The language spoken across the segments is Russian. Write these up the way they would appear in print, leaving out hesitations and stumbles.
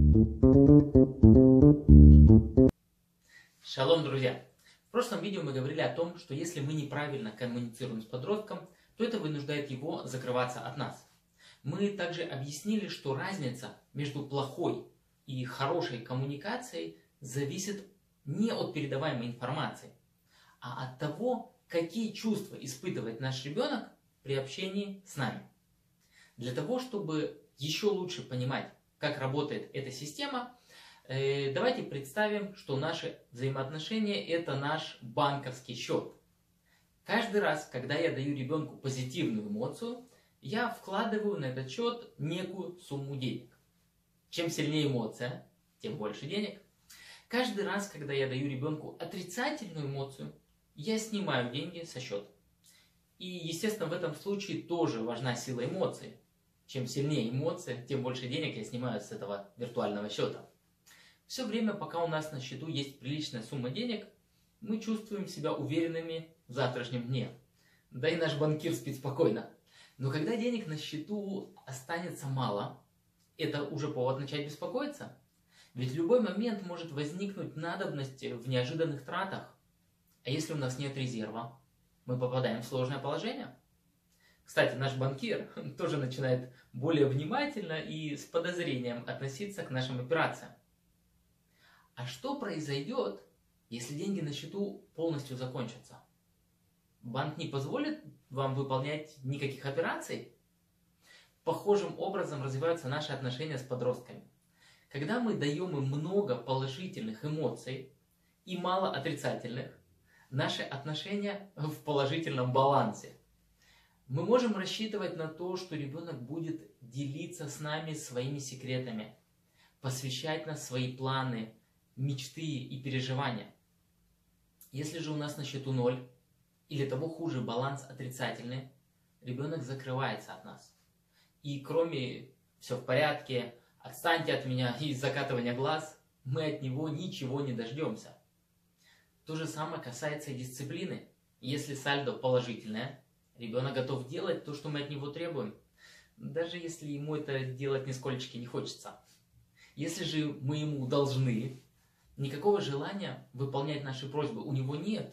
Шалом, друзья! В прошлом видео мы говорили о том, что если мы неправильно коммуницируем с подростком, то это вынуждает его закрываться от нас. Мы также объяснили, что разница между плохой и хорошей коммуникацией зависит не от передаваемой информации, а от того, какие чувства испытывает наш ребенок при общении с нами. Для того, чтобы еще лучше понимать, как работает эта система, давайте представим, что наши взаимоотношения – это наш банковский счет. Каждый раз, когда я даю ребенку позитивную эмоцию, я вкладываю на этот счет некую сумму денег. Чем сильнее эмоция, тем больше денег. Каждый раз, когда я даю ребенку отрицательную эмоцию, я снимаю деньги со счета. И, естественно, в этом случае тоже важна сила эмоций. Чем сильнее эмоция, тем больше денег я снимаю с этого виртуального счета. Все время, пока у нас на счету есть приличная сумма денег, мы чувствуем себя уверенными в завтрашнем дне. Да и наш банкир спит спокойно. Но когда денег на счету останется мало, это уже повод начать беспокоиться. Ведь в любой момент может возникнуть надобность в неожиданных тратах. А если у нас нет резерва, мы попадаем в сложное положение. Кстати, наш банкир тоже начинает более внимательно и с подозрением относиться к нашим операциям. А что произойдет, если деньги на счету полностью закончатся? Банк не позволит вам выполнять никаких операций? Похожим образом развиваются наши отношения с подростками. Когда мы даем им много положительных эмоций и мало отрицательных, наши отношения в положительном балансе. Мы можем рассчитывать на то, что ребенок будет делиться с нами своими секретами, посвящать нас в свои планы, мечты и переживания. Если же у нас на счету 0, или того хуже, баланс отрицательный, ребенок закрывается от нас. И кроме «все в порядке», «отстаньте от меня» и закатывания глаз, мы от него ничего не дождемся. То же самое касается и дисциплины. Если сальдо положительное, ребенок готов делать то, что мы от него требуем, даже если ему это делать нисколечки не хочется. Если же мы ему должны, никакого желания выполнять наши просьбы у него нет.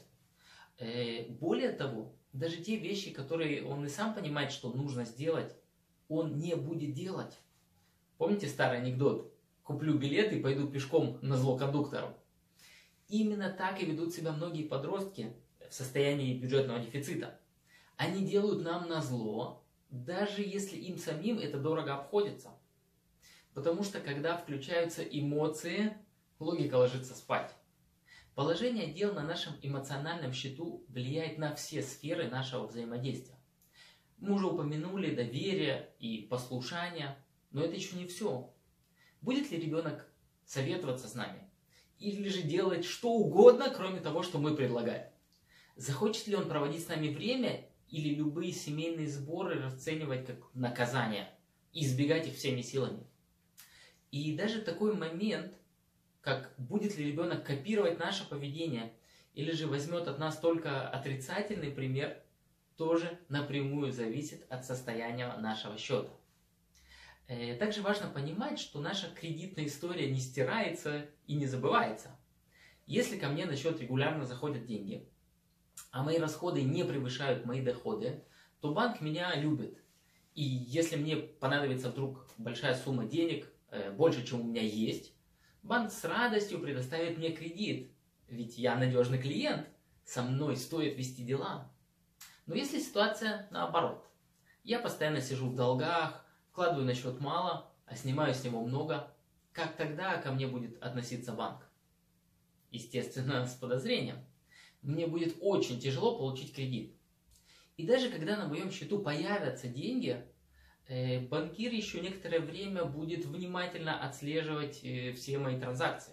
Более того, даже те вещи, которые он и сам понимает, что нужно сделать, он не будет делать. Помните старый анекдот? Куплю билет и пойду пешком назло кондуктору. Именно так и ведут себя многие подростки в состоянии бюджетного дефицита. Они делают нам назло, даже если им самим это дорого обходится. Потому что когда включаются эмоции, логика ложится спать. Положение дел на нашем эмоциональном счету влияет на все сферы нашего взаимодействия. Мы уже упомянули доверие и послушание, но это еще не все. Будет ли ребенок советоваться с нами? Или же делать что угодно, кроме того, что мы предлагаем? Захочет ли он проводить с нами время или любые семейные сборы расценивать как наказание и избегать их всеми силами? И даже такой момент, как будет ли ребенок копировать наше поведение или же возьмет от нас только отрицательный пример, тоже напрямую зависит от состояния нашего счета. Также важно понимать, что наша кредитная история не стирается и не забывается. Если ко мне на счет регулярно заходят деньги, а мои расходы не превышают мои доходы, то банк меня любит. И если мне понадобится вдруг большая сумма денег, больше, чем у меня есть, банк с радостью предоставит мне кредит, ведь я надежный клиент, со мной стоит вести дела. Но если ситуация наоборот, я постоянно сижу в долгах, вкладываю на счет мало, а снимаю с него много, как тогда ко мне будет относиться банк? Естественно, с подозрением. Мне будет очень тяжело получить кредит. И даже когда на моем счету появятся деньги, банкир еще некоторое время будет внимательно отслеживать все мои транзакции.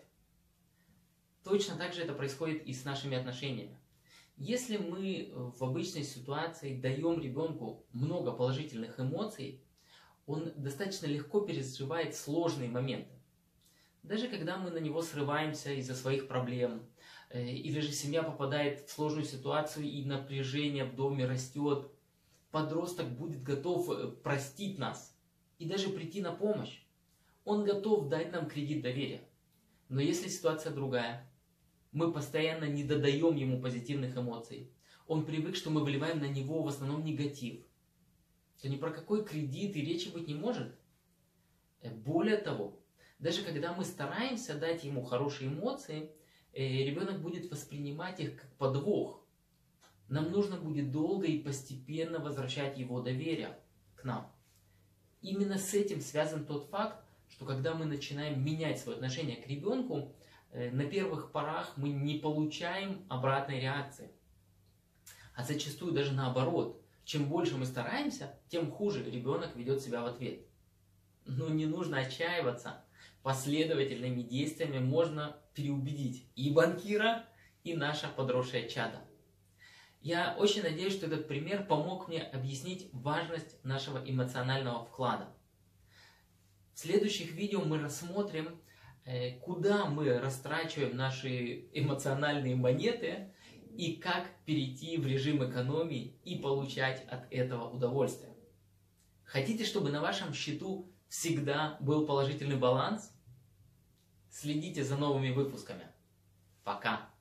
Точно так же это происходит и с нашими отношениями. Если мы в обычной ситуации даем ребенку много положительных эмоций, он достаточно легко переживает сложные моменты. Даже когда мы на него срываемся из-за своих проблем, или же семья попадает в сложную ситуацию и напряжение в доме растет, подросток будет готов простить нас и даже прийти на помощь. он готов дать нам кредит доверия. Но если ситуация другая, мы постоянно не додаем ему позитивных эмоций, он привык, что мы выливаем на него в основном негатив, то ни про какой кредит и речи быть не может. Более того, даже когда мы стараемся дать ему хорошие эмоции, ребенок будет воспринимать их как подвох. Нам нужно будет долго и постепенно возвращать его доверие к нам. Именно с этим связан тот факт, что когда мы начинаем менять свое отношение к ребенку, на первых порах мы не получаем обратной реакции. А зачастую даже наоборот. Чем больше мы стараемся, тем хуже ребенок ведет себя в ответ. Но не нужно отчаиваться. Последовательными действиями можно переубедить и банкира, и наше подросшее чадо. Я очень надеюсь, что этот пример помог мне объяснить важность нашего эмоционального вклада. В следующих видео мы рассмотрим, куда мы растрачиваем наши эмоциональные монеты и как перейти в режим экономии и получать от этого удовольствие. Хотите, чтобы на вашем счету всегда был положительный баланс? Следите за новыми выпусками. Пока!